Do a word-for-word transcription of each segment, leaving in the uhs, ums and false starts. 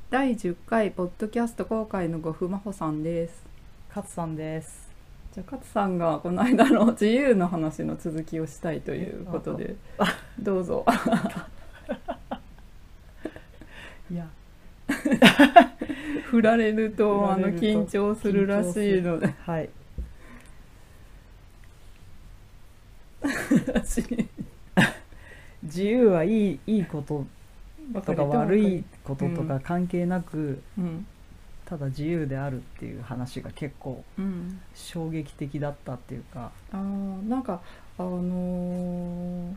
だいじゅっかいポッドキャスト公開のごふまほさんです。 勝さんです。 じゃあ勝さんがこの間の自由の話の続きをしたいといえ、 うなんか、 ことで、どうぞ。 いや、 振られる振らとあのれると緊張する緊ら張する。 しいので、 はい。 私自由はいい、いいこととかばかりとばかり。 悪いこうん、 ととか関係なく、 うん、 ただ自由であるっていう話が結構うん。 衝撃的だったっていうか、 あーなんかあの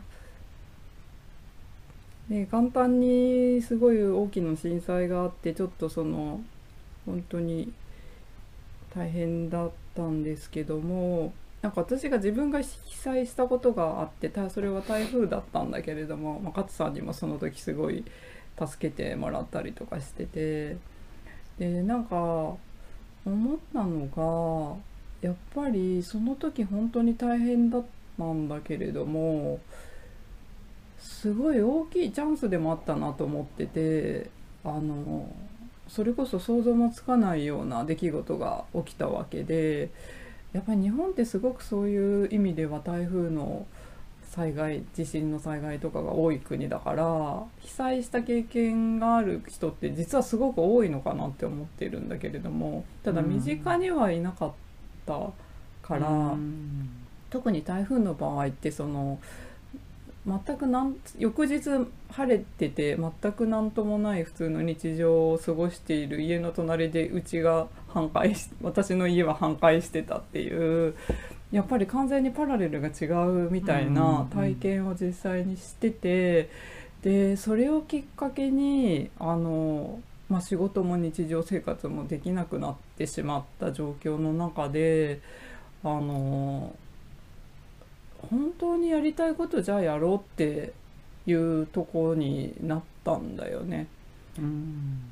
ーね、元旦にすごい大きな震災があって、ちょっとその本当に大変だったんですけども、なんか私が自分が被災したことがあって、たそれは台風だったんだけれども、まあ、勝さんにもその時すごい助けてもらったりとかしてて、でなんか思ったのが、やっぱりその時本当に大変だったんだけれども、すごい大きいチャンスでもあったなと思ってて、あのそれこそ想像もつかないような出来事が起きたわけで、やっぱり日本ってすごくそういう意味では台風の災害、地震の災害とかが多い国だから、被災した経験がある人って実はすごく多いのかなって思ってるんだけれども、たうだ身近ん、 にはいなかったかうら、 ん、 特に台風の場合ってその全くなん翌日晴れてて全く何ともない普通の日常を過ごしている家の隣でうちが半壊し私の家は半壊してたっていう、やっぱり完全にパラレルが違うみうん、うたいな体ん、 験を実際にしてて、でそれをきっかけにあの、まあ、仕事も日常生活もできなくなってしまった状況の中で、あの本当にやりたいことじゃあやろうっていうところになったんだよね。 うん、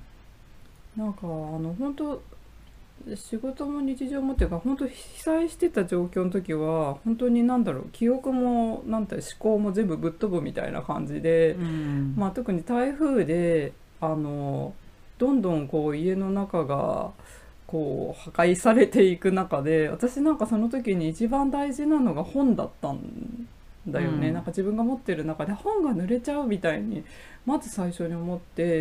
なんかあの本当仕事も日常もっていうか、本当被災してた状況の時は本当に何だろう、記憶もなんて思考も全部ぶっ飛ぶみたいな感じで、 うん、 まあ、特に台風であのどんどんこう家の中がこう破壊されていく中で、私なんかその時に一番大事なのが本だったんだよね。なんうん、 か自分が持ってる中で本が濡れちゃうみたいにまず最初に思って、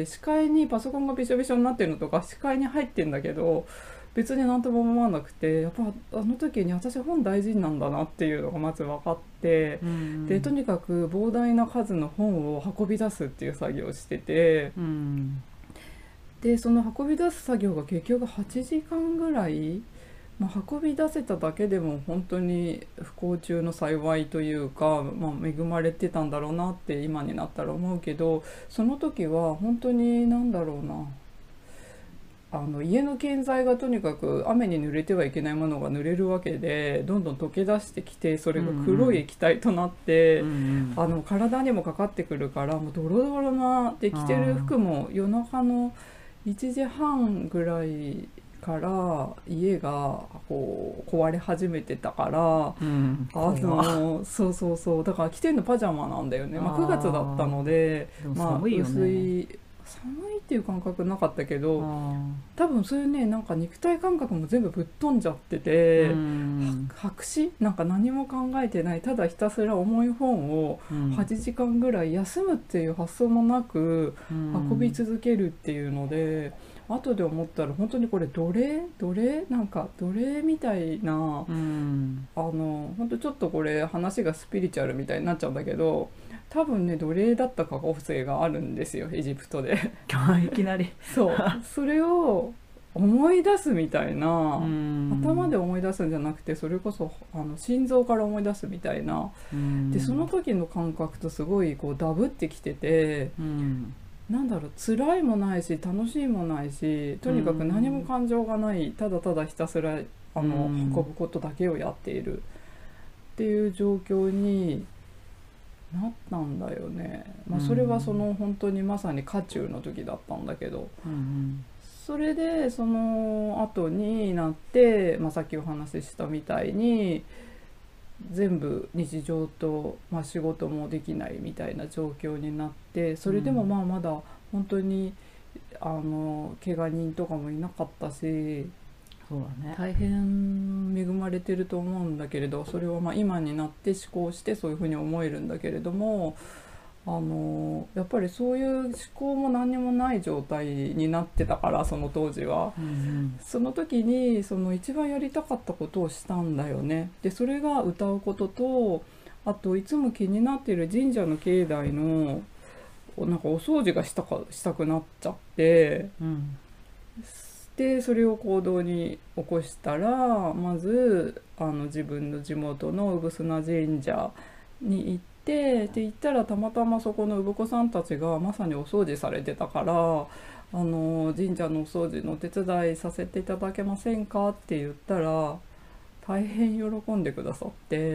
視界にパソコンがびしょびしょになってるのとか視界に入ってんだけど別になんとも思わなくて、やっぱあの時に私本大事なんだなっていうのがまず分かって、 うでとん、 にかく膨大な数の本を運び出すっていう作業をしてて、 うん、 でその運び出す作業が結局はちじかんぐらい、まあ、運び出せただけでも本当に不幸中の幸いというか、まあ、恵まれてたんだろうなって今になったら思うけど、その時は本当になんだろうな、あの家の建材がとにかく雨に濡れてはいけないものが濡れるわけで、どんどん溶け出してきて、そうれが黒いん、 液体となって、 うん、 あの体にもかかってくるから、もうドロドロなで、着てるあ服も夜中のいちじはんぐらいから家がこう壊れ始めてたから、 ー、うん、 あ怖っ。 のそうそうそう、だから着てるのパジャマなんだよね。まあ、くがつだったのあで、 あ、でもまあ寒いよね。 薄い、寒いっていう感覚なかったけど、 あ多分そういうね、なんか肉体感覚も全部ぶっ飛んじゃってあ、うて、 ん、 白紙なんか何も考えてない、ただひたすら重い本をうん、 はちじかんぐらい休むっていう発想もなくう運びん、 続けるっていうので、後で思ったら本当にこれ奴隷奴隷なんか奴隷みたいな、 うん。 あの本当ちょっとこれ話がスピリチュアルみたいになっちゃうんだけど、多分ね奴隷だった過去性があるんですよ、エジプトで。 いきなり。 そうそれを思い出すみたいうな、頭でん、 思い出すんじゃなくて、それこそあの心臓から思い出すみたいな。 うでそのん、 時の感覚とすごいこうダブってきてて、 うん、 なんだろう、辛いもないし楽しいもないし、とうにかく何もん、 感情がない、ただただひたすらあうの運ぶん、 ことだけをやっているっていう状況になったんだよね。 うまあ、それはそん、 の本当にまさに渦中の時だったんだけど、 うん、 それでその後になって、まあ、さっきお話ししたみたいに全部日常と、まあ、仕事もできないみたいな状況になって、それでもまあまだ本当にあの怪我人とかもいなかったし、 そうだね。 大変恵まれてると思うんだけれど、それはまあ今になって思考してそういうふうに思えるんだけれども、あのやっぱりそういう思考も何にもない状態になってたから、その当時は。 うんうんその時にその一番やりたかったことをしたんだよね。でそれが歌うことと、あといつも気になっている神社の境内のなんかお掃除がしたかしたくなっちゃって、 うんでそれを行動に起こしたら、まずあの自分の地元の産砂神社に行って、で行ったらたまたまそこの産子さんたちがまさにお掃除されてたから、あの神社のお掃除のお手伝いさせていただけませんかって言ったら大変喜んでくださって、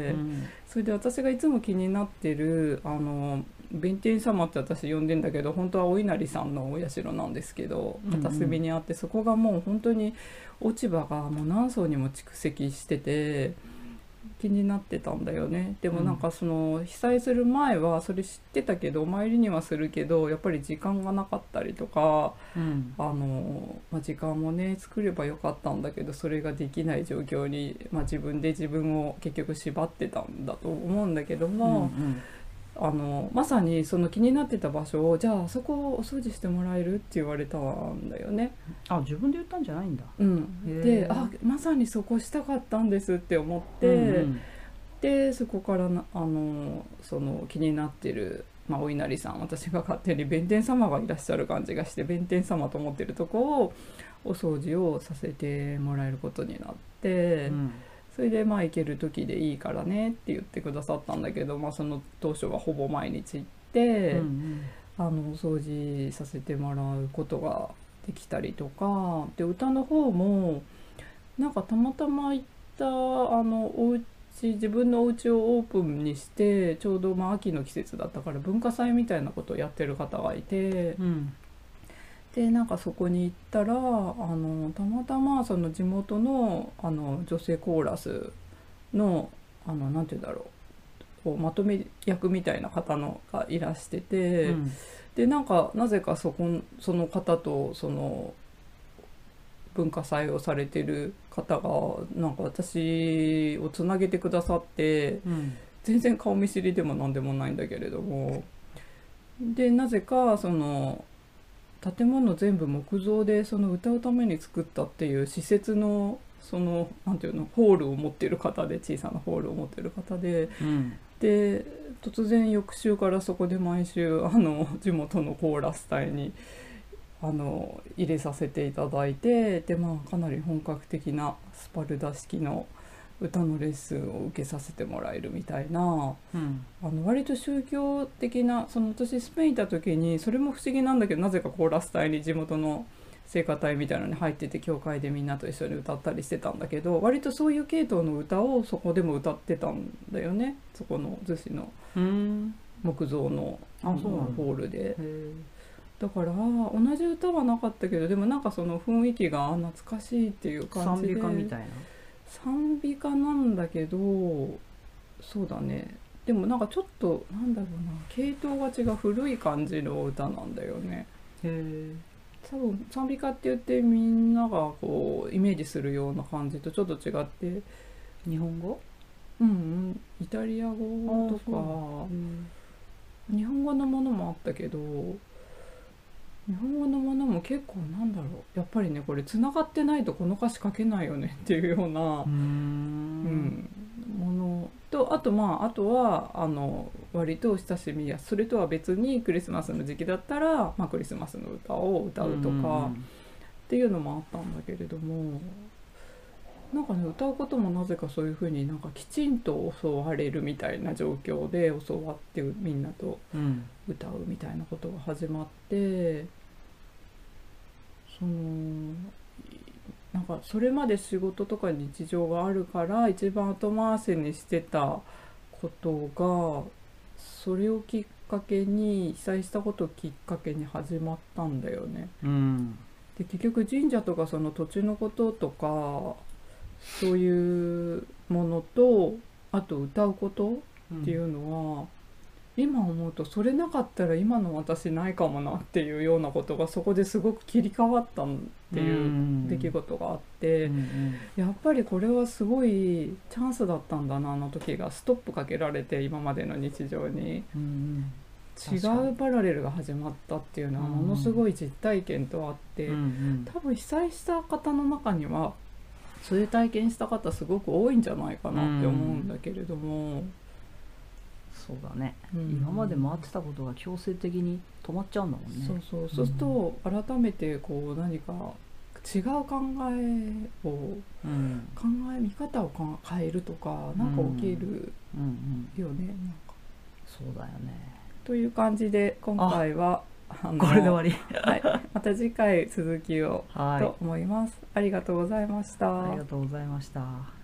うんそれで私がいつも気になってるあの弁天様って私呼んでんだけど、本当はお稲荷さんのお社なんですけど、 うんうん片隅にあって、そこがもう本当に落ち葉がもう何層にも蓄積してて気になってたんだよね。でもなんかその被災する前はそれ知ってたけど、お参りにはするけどやっぱり時間がなかったりとか、 うんあの、まあ、時間もね作ればよかったんだけど、それができない状況に、まあ、自分で自分を結局縛ってたんだと思うんだけどうんうも、 んあのまさにその気になってた場所を、じゃああそこをお掃除してもらえるって言われたんだよね。 あ、自分で言ったんじゃないんだ。 うん、 へで、 ーあ、まさにそこしたかったんですって思って、 うんでそこからなあのその気になってる、まあ、お稲荷さん、私が勝手に弁天様がいらっしゃる感じがして、弁天様と思ってるとこをお掃除をさせてもらえることになって、 うんそれでまあ行ける時でいいからねって言ってくださったんだけど、まあ、その当初はほぼ毎日行って、 うんうんあのお掃除させてもらうことができたりとかで、歌の方もなんかたまたま行ったあのお家自分のお家をオープンにして、ちょうどまあ秋の季節だったから文化祭みたいなことをやってる方がいて、 うんでなんかそこに行ったら、あのたまたまその地元のあの女性コーラスのあのなんて言うんだろう、こうまとめ役みたいな方のがいらしてて、 うんでなんかなぜかそこその方とその文化祭をされてる方がなんか私をつなげてくださって、 うん全然顔見知りでも何でもないんだけれども、でなぜかその建物全部木造でその歌うために作ったっていう施設のそのなんていうのホールを持ってる方で、小さなホールを持ってる方で、 うんで突然翌週からそこで毎週あの地元のコーラス隊にあの入れさせていただいて、でまあかなり本格的なスパルタ式の歌のレッスンを受けさせてもらえるみたいな、 うんあの割と宗教的な、その私スペイン行った時にそれも不思議なんだけど、なぜかコーラス隊に地元の聖歌隊みたいなのに入ってて、教会でみんなと一緒に歌ったりしてたんだけど、割とそういう系統の歌をそこでも歌ってたんだよね。そこの逗子のうん木造のあそうなんだホールで。 へえだから同じ歌はなかったけど、でもなんかその雰囲気が懐かしいっていう感じで、 賛美歌みたいな。 賛美歌なんだけど、そうだね、でもなんかちょっとなんだろうな、系統が違う古い感じの歌なんだよね。 へえ多分賛美歌って言ってみんながこうイメージするような感じとちょっと違って、 日本語うんうん、イタリア語とあそか日本語のものもあったけど、日本語のものも結構なんだろう、やっぱりねこれ繋がってないとこの歌詞書けないよねっていうような、 うーうんん、ものと、あとまああとはあの割と親しみや、それとは別にクリスマスの時期だったら、まあ、クリスマスの歌を歌うとかっていうのもあったんだけれども、なんかね歌うこともなぜかそういうふうになんかきちんと教われるみたいな状況で教わってみんなとうん歌うみたいなことが始まって、そのなんかそれまで仕事とか日常があるから一番後回しにしてたことが、それをきっかけに、被災したことをきっかけに始まったんだよね。 うんで結局神社とかその土地のこととかそういうものと、あと歌うことっていうのは、 今思うとそれなかったら今の私ないかもなっていうようなことがそこですごく切り替わったっていう出来事があって、 うんうん、 やっぱりこれはすごいチャンスだったんだな、あの時がストップかけられて今までの日常に、 うんうん、 違うパラレルが始まったっていうのはものすごい実体験とあって、 うんうん、 多分被災した方の中にはそういう体験した方すごく多いんじゃないかなって思うんだけれども、うん、 そうだね、 うん、 今まで回ってたことが強制的に止まっちゃうんだもんね。 そうそう、そうすると改めてこう何か違う考えを、うん、考え見方を変えるとかなんか起きるよね、うんうんうん、なんかそうだよねという感じで今回はあのこれで終わり、 はい、また次回続きをと思います。ありがとうございました。 ありがとうございました。